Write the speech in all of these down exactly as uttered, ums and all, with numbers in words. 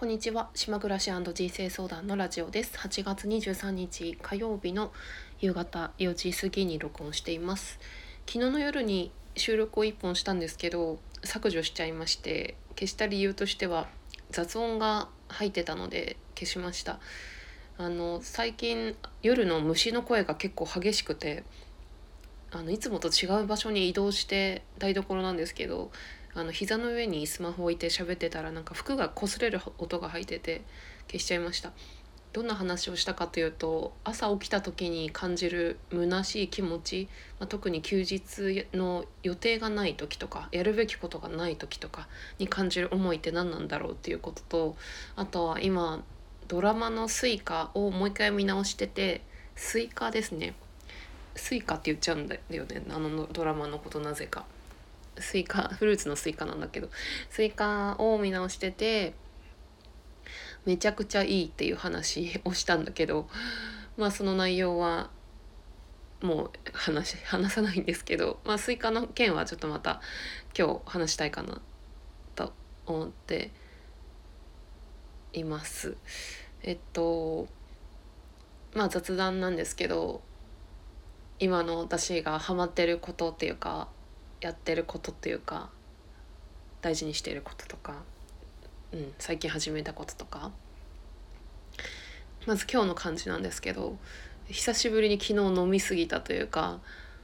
こんにちは。島暮らし人生相談のラジオです。はちがつにじゅうさんにち火曜日の夕方よじ過ぎに録音しています。昨日の夜に収録をいっぽんしたんですけど、削除しちゃいまして、消した理由としては雑音が入ってたので消しました。あの最近夜の虫の声が結構激しくて、あのいつもと違う場所に移動して台所なんですけど、あの膝の上にスマホ置いて喋ってたらなんか服が擦れる音が入ってて消しちゃいました。どんな話をしたかというと、朝起きた時に感じる虚しい気持ち、まあ、特に休日の予定がない時とかやるべきことがない時とかに感じる思いって何なんだろうっていうことと、あとは今ドラマのスイカをもう一回見直してて、スイカですね、スイカって言っちゃうんだよね、あのドラマのこと。なぜかスイカ、フルーツのスイカなんだけど、スイカを見直しててめちゃくちゃいいっていう話をしたんだけど、まあその内容はもう話話さないんですけど、まあスイカの件はちょっとまた今日話したいかなと思っています。えっとまあ雑談なんですけど、今の私がハマってることっていうか、やってることっていうか、大事にしていることとか、うん、最近始めたこととか。まず今日の感じなんですけど、久しぶりに昨日飲みすぎたというか、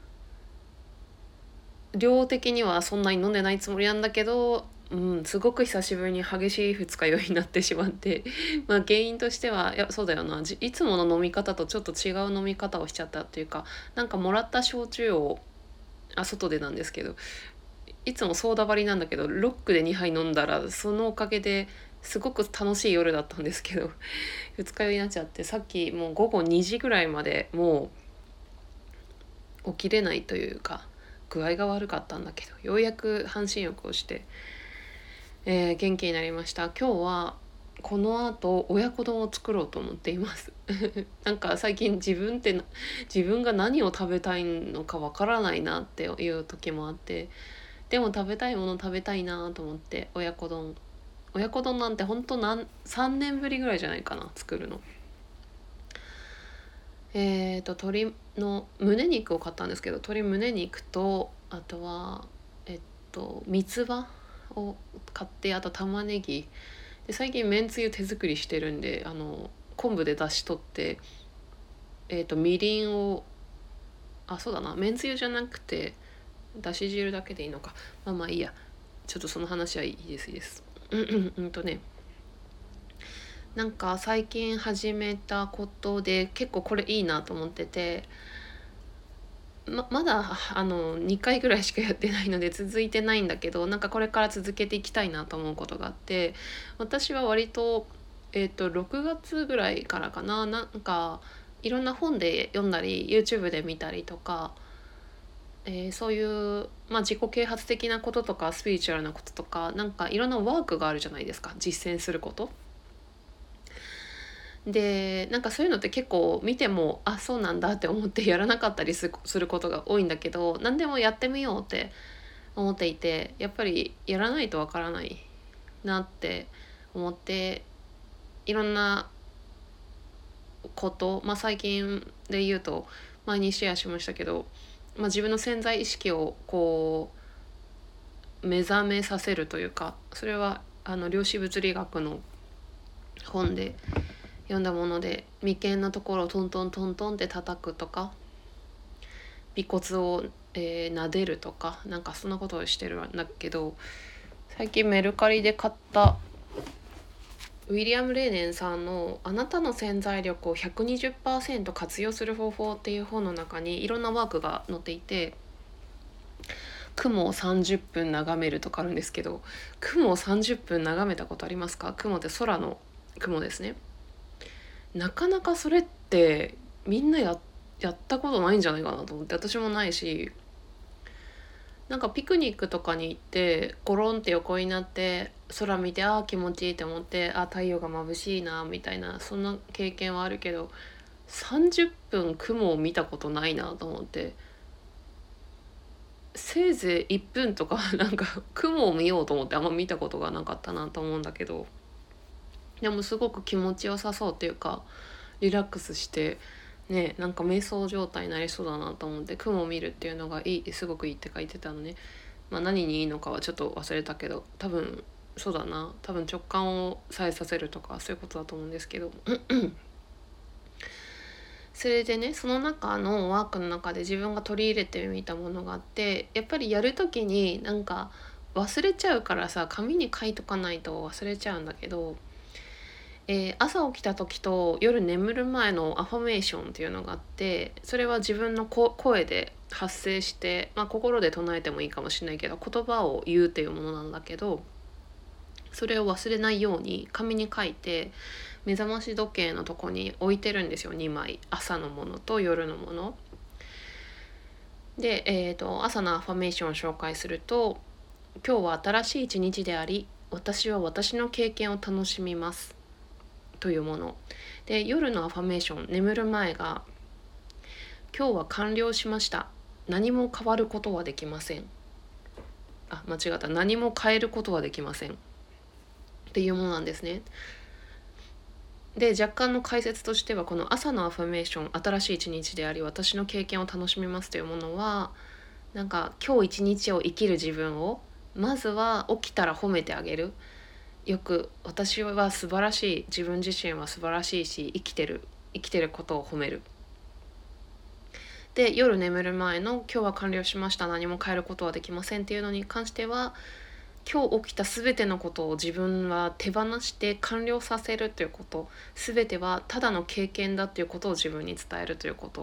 量的にはそんなに飲んでないつもりなんだけど、うん、すごく久しぶりに激しい二日酔いになってしまってまあ原因としては、いやそうだよな、いつもの飲み方とちょっと違う飲み方をしちゃったっていうか、なんかもらった焼酎を、あ外でなんですけど、いつもソーダ割りなんだけどロックでにはい飲んだら、そのおかげですごく楽しい夜だったんですけど二日酔いになっちゃって、さっきもう午後にじぐらいまでもう起きれないというか、具合が悪かったんだけど、ようやく半身浴をして、えー元気になりました。今日はこの後親子丼を作ろうと思っていますなんか最近自分って自分が何を食べたいのかわからないなっていう時もあって、でも食べたいもの食べたいなと思って親子丼親子丼なんてほんとなんさんねんぶりぐらいじゃないかな、作るの。えーと鶏の胸肉を買ったんですけど、鶏胸肉と、あとはえっと三つ葉を買って、あと玉ねぎで、最近めんつゆ手作りしてるんで、あの昆布で出し取って、えーとみりんを、あそうだな、めんつゆじゃなくてだし汁だけでいいのか、まあまあいいや、ちょっとその話はいいですいいですうんうんうんとね、なんか最近始めたことで結構これいいなと思ってて、ままだあのにかいぐらいしかやってないので続いてないんだけど、なんかこれから続けていきたいなと思うことがあって、私は割と、えー、とろくがつぐらいからかな、なんかいろんな本で読んだり YouTube で見たりとか、えーそういう、まあ、自己啓発的なこととかスピリチュアルなこととか、なんかいろんなワークがあるじゃないですか、実践することで。なんかそういうのって結構見ても、あそうなんだって思ってやらなかったりすることが多いんだけど、何でもやってみようって思っていて、やっぱりやらないとわからないなって思って、いろんなこと、まあ、最近で言うと前にシェアしましたけど、まあ、自分の潜在意識をこう目覚めさせるというか、それはあの量子物理学の本で読んだもので、眉間のところをトントントントンって叩くとか、尾骨を、えー、撫でるとか、なんかそんなことをしてるんだけど、最近メルカリで買ったウィリアム・レーネンさんの「あなたの潜在力をひゃくにじゅっパーセント活用する方法」っていう本の中にいろんなワークが載っていて、雲をさんじゅっぷん眺めるとかあるんですけど、雲をさんじゅっぷん眺めたことありますか？雲って空の雲ですね。なかなかそれってみんなややったことないんじゃないかなと思って、私もないし、なんかピクニックとかに行ってゴロンって横になって空見て、あー気持ちいいって思って、あ太陽が眩しいなみたいな、そんな経験はあるけど、さんじゅっぷん雲を見たことないなと思って、せいぜいいっぷんとかなんか雲を見ようと思ってあんま見たことがなかったなと思うんだけど、 でもすごく気持ちよさそうっていうか、リラックスしてね、なんか瞑想状態になりそうだなと思って、雲を見るっていうのがいい、すごくいいって書いてたのね。まあ何にいいのかはちょっと忘れたけど、多分そうだな、多分直感をさえさせるとかそういうことだと思うんですけどそれでね、その中のワークの中で自分が取り入れてみたものがあって、やっぱりやる時になんか忘れちゃうからさ、紙に書いとかないと忘れちゃうんだけど、えー朝起きた時と夜眠る前のアファメーションっていうのがあって、それは自分のこ声で発声して、まあ、心で唱えてもいいかもしれないけど、言葉を言うっていうものなんだけど、それを忘れないように紙に書いて目覚まし時計のとこに置いてるんですよ。にまい、朝のものと夜のもので、えー、と朝のアファメーションを紹介すると、今日は新しい一日であり、私は私の経験を楽しみますというもので、夜のアファメーション、眠る前が、今日は完了しました、何も変わることはできません、あ間違った、何も変えることはできませんっていうものなんですね。で、若干の解説としては、この朝のアファメーション、新しい一日であり私の経験を楽しみますというものは、なんか今日一日を生きる自分をまずは起きたら褒めてあげる。よく私は素晴らしい、自分自身は素晴らしいし、生きてる生きてることを褒める。で、夜眠る前の今日は完了しました、何も変えることはできませんっていうのに関しては、今日起きた全てのことを自分は手放して完了させるということ、全てはただの経験だということを自分に伝えるということ、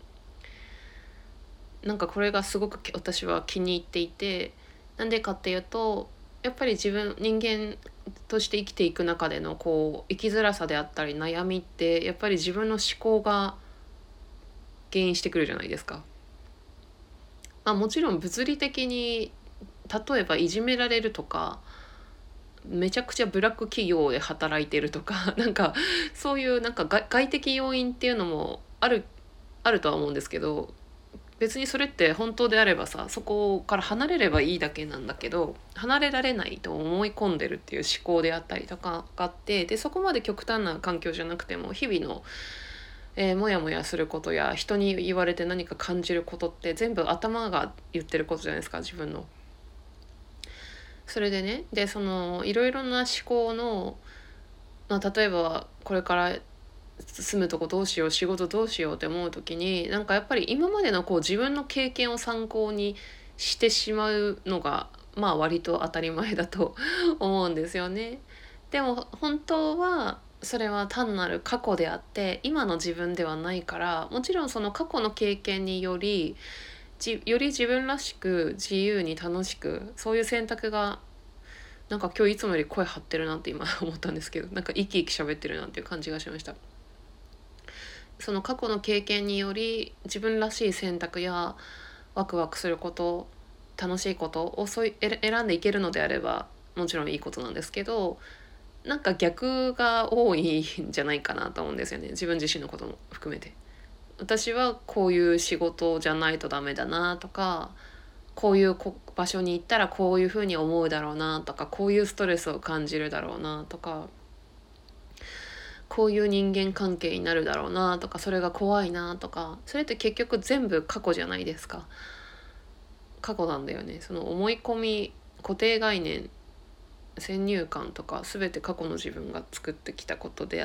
なんかこれがすごく私は気に入っていて、なんでかっていうと、やっぱり自分人間として生きていく中でのこう生きづらさであったり悩みって、やっぱり自分の思考が原因してくるじゃないですか。まあ、もちろん物理的に、例えばいじめられるとか、めちゃくちゃブラック企業で働いてるとかなんかそういうなんか外外的要因っていうのもあるあるとは思うんですけど、別にそれって本当であればさ、そこから離れればいいだけなんだけど、離れられないと思い込んでるっていう思考であったりとかがあって、でそこまで極端な環境じゃなくても、日々の、えー、モヤモヤすることや人に言われて何か感じることって全部頭が言ってることじゃないですか、自分の。それでね、でそのいろいろな思考の、まあ、例えばこれから住むとこどうしよう、仕事どうしようって思う時に、なんかやっぱり今までのこう自分の経験を参考にしてしまうのが、まあ割と当たり前だと思うんですよね。でも本当はそれは単なる過去であって、今の自分ではないから、もちろんその過去の経験によりじより自分らしく自由に楽しく、そういう選択が、なんか今日いつもより声張ってるなって今思ったんですけど、なんか生き生き喋ってるなっていう感じがしました。その過去の経験により自分らしい選択やワクワクすること、楽しいことをそうい選んでいけるのであればもちろんいいことなんですけど、なんか逆が多いんじゃないかなと思うんですよね、自分自身のことも含めて。私はこういう仕事じゃないとダメだなとか、こういう場所に行ったらこういうふうに思うだろうなとか、こういうストレスを感じるだろうなとか、こういう人間関係になるだろうなとか、それが怖いなとか、それって結局全部過去じゃないですか。過去なんだよね。その思い込み、固定概念、先入観とか全て過去の自分が作ってきたことであって、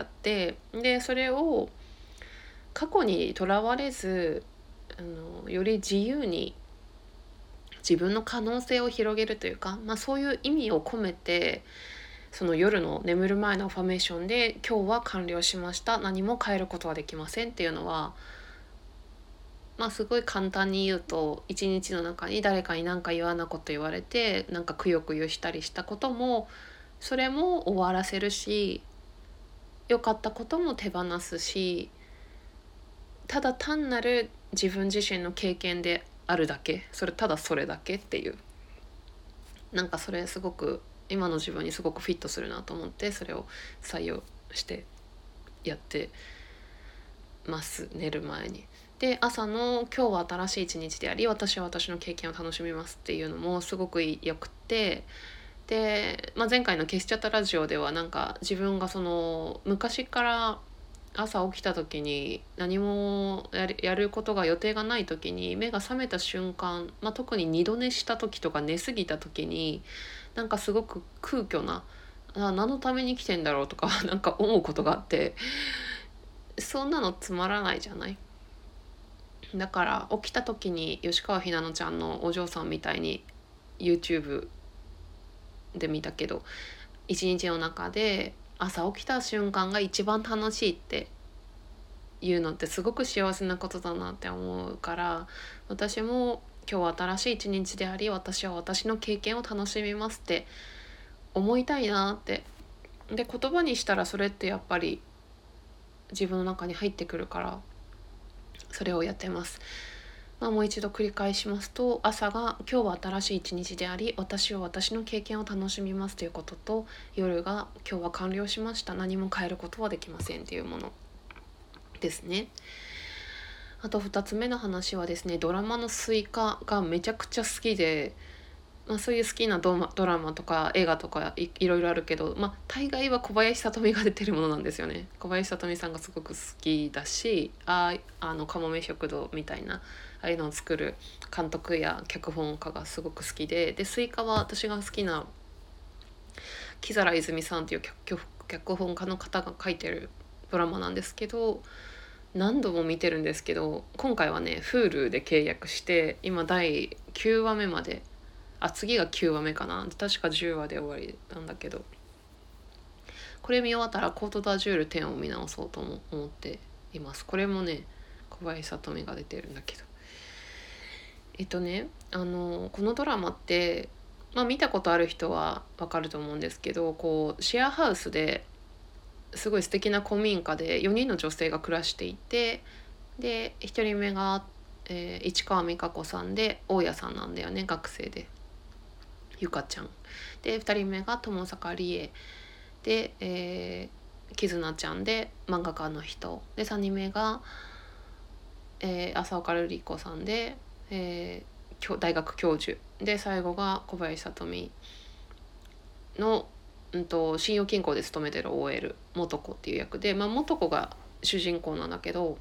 でそれを過去にとらわれず、あのより自由に自分の可能性を広げるというか、まあ、そういう意味を込めて、その夜の眠る前のアファメーションで今日は完了しました、何も変えることはできませんっていうのは、まあすごい簡単に言うと、一日の中に誰かに何か言わなこと言われて、なんかくよくよしたりしたことも、それも終わらせるし、良かったことも手放すし、ただ単なる自分自身の経験であるだけ、それただそれだけっていう、なんかそれすごく今の自分にすごくフィットするなと思って、それを採用してやってます、寝る前に。で朝の今日は新しい一日であり私は私の経験を楽しみますっていうのもすごくよくて、 で、まあ、前回の消しちゃったラジオではなんか自分がその昔から朝起きた時に何もやる、やることが予定がない時に目が覚めた瞬間、まあ、特に二度寝した時とか寝すぎた時になんかすごく空虚な、あ、何のために来てんだろうとかなんか思うことがあって、そんなのつまらないじゃない。だから起きた時に吉川ひなのちゃんのお嬢さんみたいに YouTube で見たけど、一日の中で朝起きた瞬間が一番楽しいっていうのってすごく幸せなことだなって思うから、私も今日は新しい一日であり、私は私の経験を楽しみますって思いたいなって。で、言葉にしたらそれってやっぱり自分の中に入ってくるから、それをやってます。まあ、もう一度繰り返しますと、朝が今日は新しい一日であり、私は私の経験を楽しみますということと、夜が今日は完了しました、何も変えることはできませんというものですね。あとふたつめの話はですね、ドラマのスイカがめちゃくちゃ好きで、まあ、そういう好きなドマドラマとか映画とか い, いろいろあるけど、まあ、大概は小林聡美が出てるものなんですよね。小林聡美さんがすごく好きだし、ああのかもめ食堂みたいなああいうのを作る監督や脚本家がすごく好きで、でスイカは私が好きな木皿泉さんという脚脚本家の方が書いてるドラマなんですけど、何度も見てるんですけど、今回はね Hulu で契約して今だいきゅうわめまで、あ次がきゅうわめかな、確かじゅうわで終わりなんだけど、これ見終わったらコートダジュールじゅうを見直そうとも思っています。これもね小林聡美が出てるんだけど、えっとねあのこのドラマって、まあ、見たことある人はわかると思うんですけど、こうシェアハウスですごい素敵な古民家でよにんの女性が暮らしていて、でひとりめが、えー市川美香子さんで大家さんなんだよね、学生でゆかちゃんで、ふたりめが友坂理恵で、えー、絆ちゃんで漫画家の人で、さんにんめが、えー、浅岡瑠璃子さんで、えー、大学教授で、最後が小林聡美の、うん、と信用金庫で勤めてる オーエル 元子っていう役で、まあ、元子が主人公なんだけど、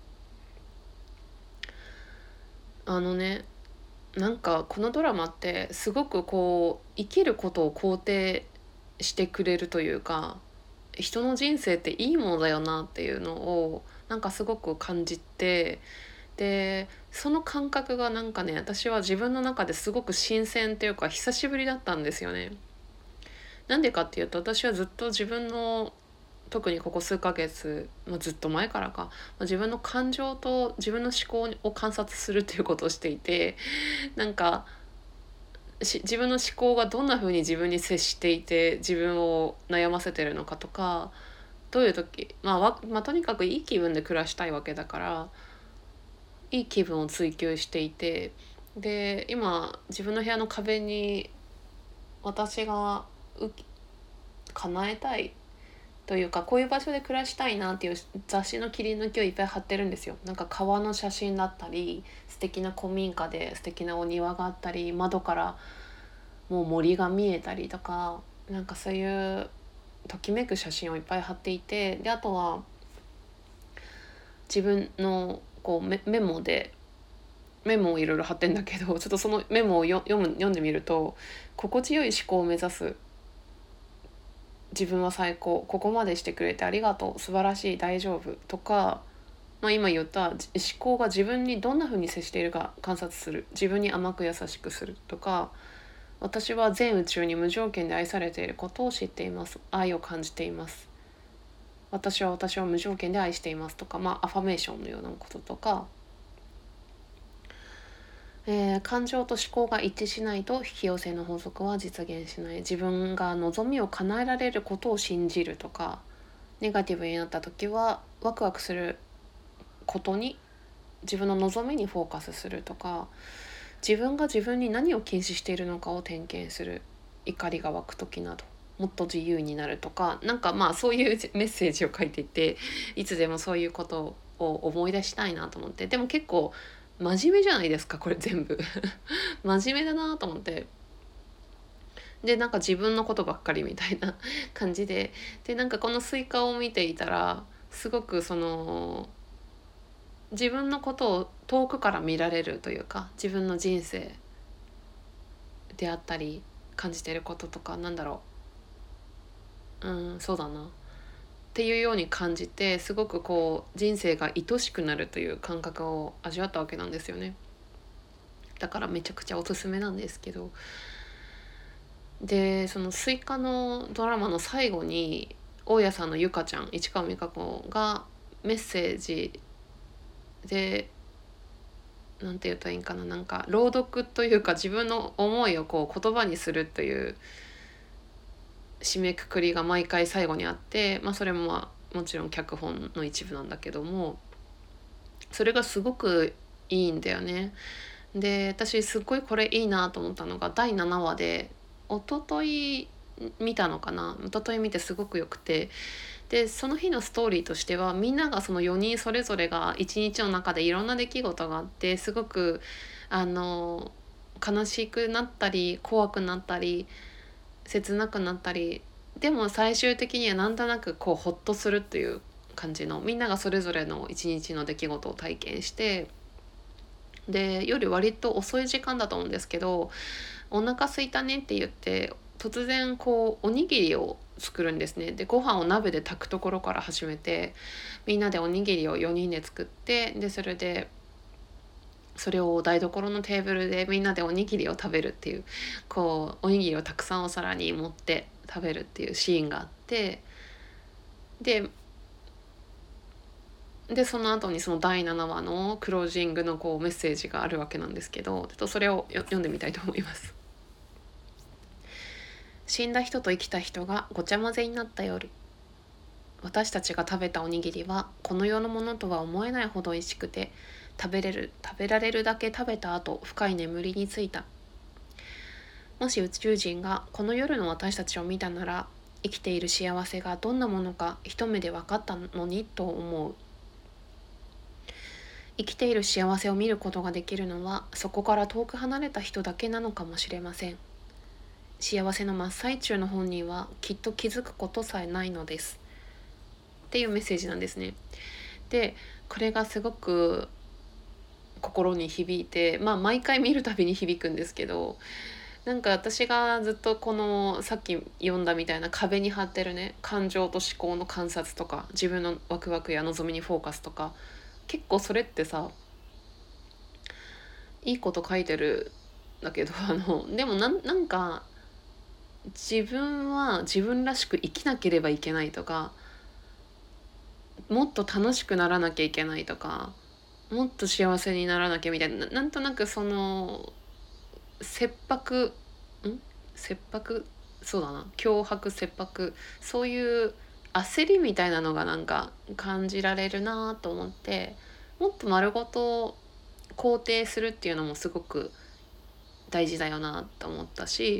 あのねなんかこのドラマってすごくこう生きることを肯定してくれるというか、人の人生っていいものだよなっていうのをなんかすごく感じて、でその感覚がなんかね、私は自分の中ですごく新鮮っていうか久しぶりだったんですよね。なんでかっていうと、私はずっと自分の特にここ数ヶ月、まあ、ずっと前からか、まあ、自分の感情と自分の思考を観察するっていうことをしていて、なんかし自分の思考がどんな風に自分に接していて自分を悩ませてるのかとか、どういう時、まあ、わまあとにかくいい気分で暮らしたいわけだから、いい気分を追求していて、で今自分の部屋の壁に私がう叶えたいというか、こういう場所で暮らしたいなっていう雑誌の切り抜きをいっぱい貼ってるんですよ。なんか川の写真だったり、素敵な古民家で素敵なお庭があったり、窓からもう森が見えたりとか、なんかそういうときめく写真をいっぱい貼っていて、であとは自分のこう メ, メモでメモをいろいろ貼ってんだけど、ちょっとそのメモをよ読む読んでみると、心地よい思考を目指す、自分は最高、ここまでしてくれてありがとう、素晴らしい、大丈夫とか、まあ、今言った思考が自分にどんな風に接しているか観察する、自分に甘く優しくするとか、私は全宇宙に無条件で愛されていることを知っています、愛を感じています、私は私を無条件で愛していますとか、まあアファメーションのようなこととか、えー、感情と思考が一致しないと引き寄せの法則は実現しない、自分が望みを叶えられることを信じるとか、ネガティブになった時はワクワクすることに、自分の望みにフォーカスするとか、自分が自分に何を禁止しているのかを点検する、怒りが湧く時など、もっと自由になるとか、なんかまあそういうメッセージを書いていて、いつでもそういうことを思い出したいなと思って。でも結構真面目じゃないですかこれ全部真面目だなと思って。 でなんか自分のことばっかりみたいな感じで、でなんかこのスイカを見ていたらすごくその自分のことを遠くから見られるというか、自分の人生であったり感じてることとか、なんだろう、うんそうだなっていうように感じて、すごくこう人生が愛しくなるという感覚を味わったわけなんですよね。だからめちゃくちゃおすすめなんですけど、でそのスイカのドラマの最後に大家さんのゆかちゃん、市川美香子がメッセージで、なんて言ったらいいんかな、なんか朗読というか自分の思いをこう言葉にするという締めくくりが毎回最後にあって、まあ、それもまあもちろん脚本の一部なんだけども、それがすごくいいんだよね。で私すっごいこれいいなと思ったのがだいななわで、一昨日見たのかな、一昨日見てすごくよくて、でその日のストーリーとしては、みんながそのよにんそれぞれが一日の中でいろんな出来事があって、すごくあの悲しくなったり怖くなったり切なくなったり、でも最終的にはなんとなくこうホッとするっていう感じの、みんながそれぞれの一日の出来事を体験して、で夜割と遅い時間だと思うんですけど、お腹空いたねって言って突然こうおにぎりを作るんですね。でご飯を鍋で炊くところから始めて、みんなでおにぎりをよにんで作って、でそれでそれを台所のテーブルでみんなでおにぎりを食べるっていう、こうおにぎりをたくさんお皿に盛って食べるっていうシーンがあって、ででその後にそのだいななわのクロージングのこうメッセージがあるわけなんですけど、ちょっとそれを読んでみたいと思います。死んだ人と生きた人がごちゃ混ぜになった夜、私たちが食べたおにぎりはこの世のものとは思えないほど美味しくて、食べれる食べられるだけ食べた後深い眠りについた。もし宇宙人がこの夜の私たちを見たなら、生きている幸せがどんなものか一目で分かったのにと思う。生きている幸せを見ることができるのはそこから遠く離れた人だけなのかもしれません。幸せの真っ最中の本人はきっと気づくことさえないのですっていうメッセージなんですね。でこれがすごく心に響いて、まあ毎回見るたびに響くんですけど、なんか私がずっとこのさっき読んだみたいな壁に貼ってるね、感情と思考の観察とか自分のワクワクや望みにフォーカスとか、結構それってさいいこと書いてるんだけど、あのでもなんなんか自分は自分らしく生きなければいけないとか、もっと楽しくならなきゃいけないとか、もっと幸せにならなきゃみたいな、なんとなくその切迫ん切迫そうだな脅迫切迫、そういう焦りみたいなのがなんか感じられるなと思って、もっと丸ごと肯定するっていうのもすごく大事だよなと思ったし、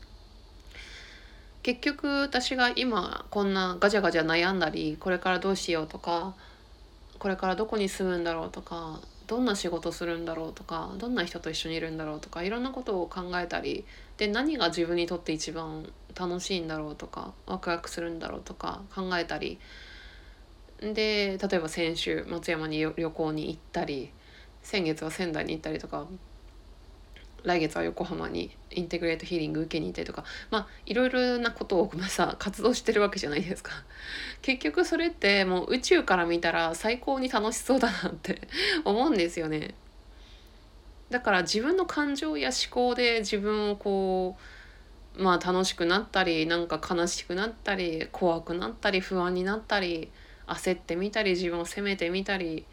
結局私が今こんなガチャガチャ悩んだり、これからどうしようとか、これからどこに住むんだろうとか、どんな仕事するんだろうとか、どんな人と一緒にいるんだろうとか、いろんなことを考えたり、で何が自分にとって一番楽しいんだろうとか、ワクワクするんだろうとか考えたり、で例えば先週松山に旅行に行ったり、先月は仙台に行ったりとか、来月は横浜にインテグレートヒーリング受けに行ったりとか、まあいろいろなことをさ活動してるわけじゃないですか。結局それってもう宇宙から見たら最高に楽しそうだなって思うんですよね。だから自分の感情や思考で自分をこうまあ楽しくなったり、なんか悲しくなったり怖くなったり不安になったり焦ってみたり自分を責めてみたり、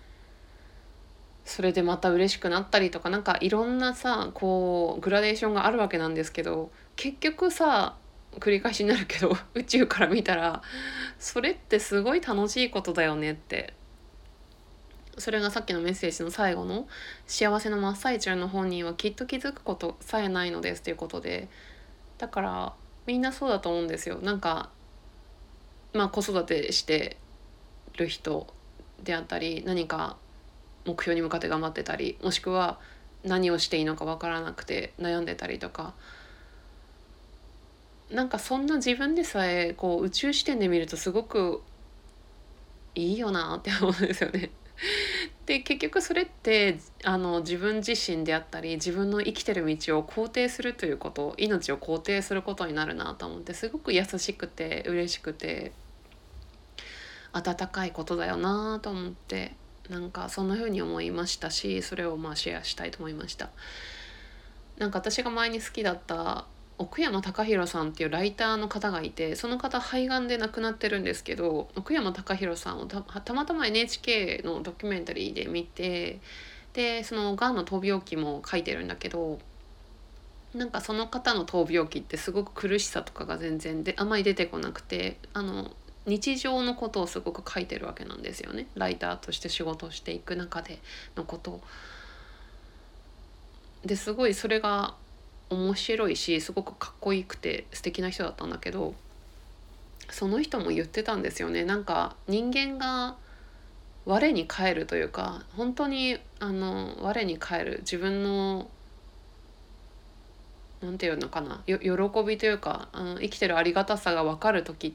それでまた嬉しくなったりとか、なんかいろんなさこうグラデーションがあるわけなんですけど、結局さ繰り返しになるけど宇宙から見たらそれってすごい楽しいことだよねって。それがさっきのメッセージの最後の幸せの真っ最中の本人はきっと気づくことさえないのですということで、だからみんなそうだと思うんですよ。なんかまあ子育てしてる人であったり、何か目標に向かって頑張ってたり、もしくは何をしていいのか分からなくて悩んでたりとか、 なんかそんな自分でさえこう宇宙視点で見るとすごくいいよなって思うんですよね。で結局それってあの自分自身であったり自分の生きてる道を肯定するということ、命を肯定することになるなと思って、すごく優しくて嬉しくて温かいことだよなと思って、なんかそんな風に思いましたし、それをまあシェアしたいと思いました。なんか私が前に好きだった奥山隆弘さんっていうライターの方がいて、その方肺がんで亡くなってるんですけど、奥山隆弘さんをたたまたま エヌエイチケー のドキュメンタリーで見て、でそのがんの闘病記も書いてるんだけど、なんかその方の闘病記ってすごく苦しさとかが全然であまり出てこなくて、あの日常のことをすごく書いてるわけなんですよね。ライターとして仕事をしていく中でのことを。ですごいそれが面白いし、すごくかっこよくて素敵な人だったんだけど、その人も言ってたんですよね。なんか人間が我に返るというか、本当にあの我に返る自分のなんていうのかな、よ喜びというか、あの生きてるありがたさが分かる時って、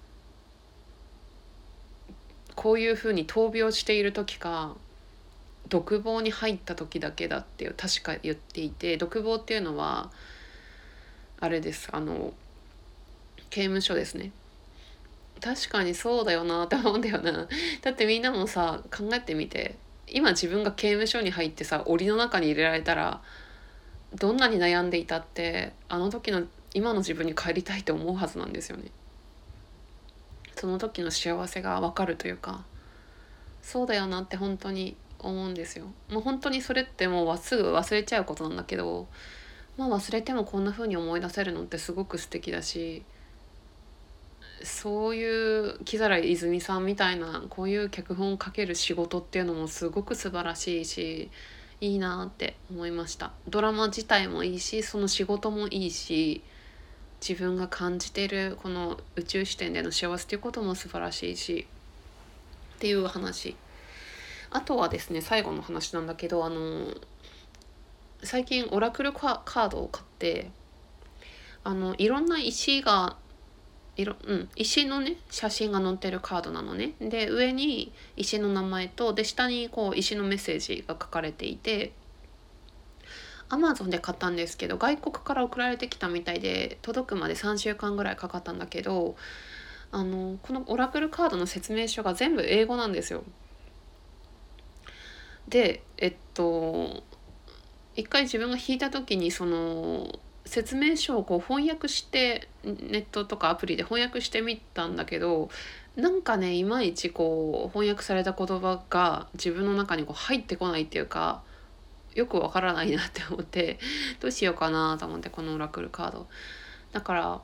こういうふうに闘病している時か独房に入った時だけだっていう確か言っていて、独房っていうのはあれです、あの刑務所ですね。確かにそうだよなって思うんだよな。だってみんなもさ考えてみて、今自分が刑務所に入ってさ檻の中に入れられたら、どんなに悩んでいたってあの時の今の自分に帰りたいと思うはずなんですよね。その時の幸せが分かるというか、そうだよなって本当に思うんですよ。もう本当にそれってもうすぐ忘れちゃうことなんだけど、まあ忘れてもこんな風に思い出せるのってすごく素敵だし、そういう木更井泉さんみたいなこういう脚本を書ける仕事っていうのもすごく素晴らしいし、いいなって思いました。ドラマ自体もいいし、その仕事もいいし、自分が感じているこの宇宙視点での幸せっていうことも素晴らしいしっていう話。あとはですね、最後の話なんだけど、あの最近オラクルカードを買って、あのいろんな石がいろ、うん、石のね写真が載ってるカードなのね。で上に石の名前と、で下にこう石のメッセージが書かれていて、アマゾンで買ったんですけど、外国から送られてきたみたいで届くまでさんしゅうかんぐらいかかったんだけど、あのこのオラクルカードの説明書が全部英語なんですよ。でえっと一回自分が引いた時にその説明書をこう翻訳して、ネットとかアプリで翻訳してみたんだけど、なんかねいまいちこう翻訳された言葉が自分の中にこう入ってこないっていうか、よくわからないなって思って、どうしようかなと思って、このオラクルカードだから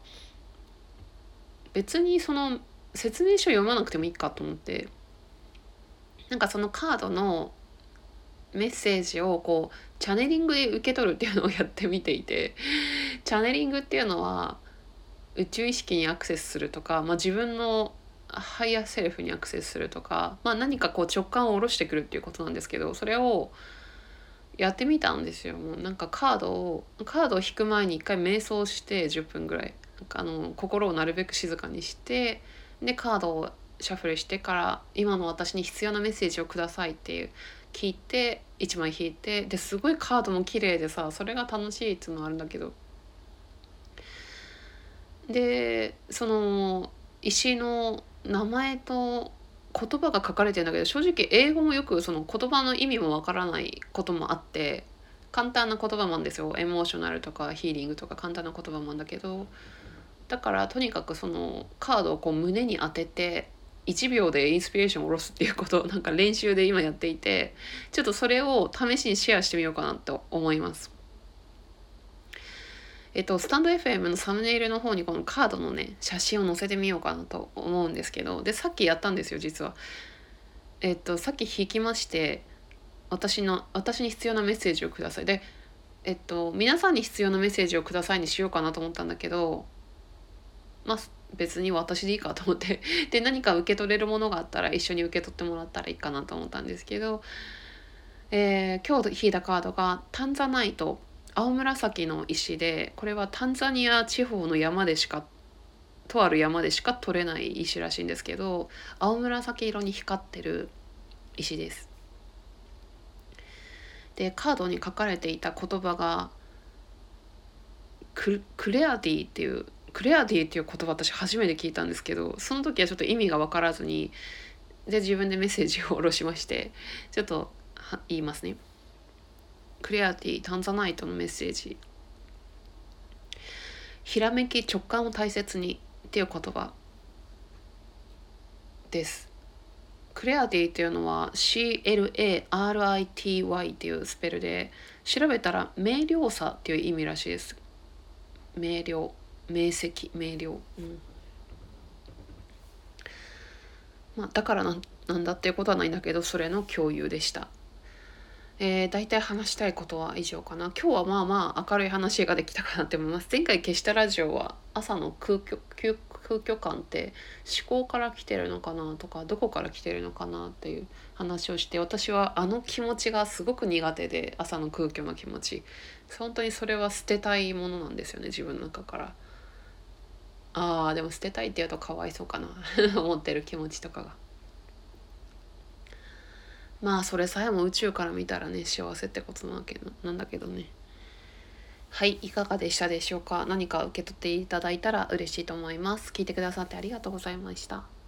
別にその説明書読まなくてもいいかと思って、なんかそのカードのメッセージをこうチャネリングで受け取るっていうのをやってみていて、チャネリングっていうのは宇宙意識にアクセスするとか、まあ、自分のハイヤーセルフにアクセスするとか、まあ、何かこう直感を下ろしてくるっていうことなんですけど、それをやってみたんですよ。もうなんかカードをカードを引く前に一回瞑想してじゅっぷんぐらい、なんかあの心をなるべく静かにして、でカードをシャッフルしてから、今の私に必要なメッセージをくださいっていう聞いていちまい引いて、ですごいカードも綺麗でさ、それが楽しいっていうのはあるんだけど、でその石の名前と言葉が書かれてるんだけど、正直英語もよくその言葉の意味もわからないこともあって、簡単な言葉なんですよ。エモーショナルとかヒーリングとか簡単な言葉なんだけど、だからとにかくそのカードをこう胸に当てていちびょうでインスピレーションを下ろすっていうことをなんか練習で今やっていて、ちょっとそれを試しにシェアしてみようかなと思います。えっと、スタンド エフエム のサムネイルの方にこのカードのね写真を載せてみようかなと思うんですけど、でさっきやったんですよ実は。えっとさっき引きまして、私の私に必要なメッセージをくださいで、えっと皆さんに必要なメッセージをくださいにしようかなと思ったんだけど、まあ別に私でいいかと思ってで何か受け取れるものがあったら一緒に受け取ってもらったらいいかなと思ったんですけど、えー、今日引いたカードがタンザナイト青紫の石で、これはタンザニア地方の山でしかとある山でしか取れない石らしいんですけど、青紫色に光ってる石です。でカードに書かれていた言葉がククレアディっていうクレアディっていう言葉、私初めて聞いたんですけど、その時はちょっと意味が分からずに、で自分でメッセージを下ろしまして、ちょっと言いますね。クレアディタンザナイトのメッセージ。ひらめき直感を大切にっていう言葉です。クレアティっていうのは シーエルエーアールアイティーワイ っていうスペルで、調べたら明瞭さっていう意味らしいです。明瞭、明晰、明瞭、うんまあ、だからなんなんだっていうことはないんだけど、それの共有でした。えー、大体話したいことは以上かな。今日はまあまあ明るい話ができたかなって思います。前回消したラジオは朝の空虚空空虚感って思考から来てるのかなとか、どこから来てるのかなっていう話をして、私はあの気持ちがすごく苦手で、朝の空虚の気持ち、本当にそれは捨てたいものなんですよね、自分の中から。あーでも捨てたいって言うとかわいそうかな思ってる気持ちとかが。まあそれさえも宇宙から見たらね、幸せってことなわけなんだけどね。はい、いかがでしたでしょうか。何か受け取っていただいたら嬉しいと思います。聞いてくださってありがとうございました。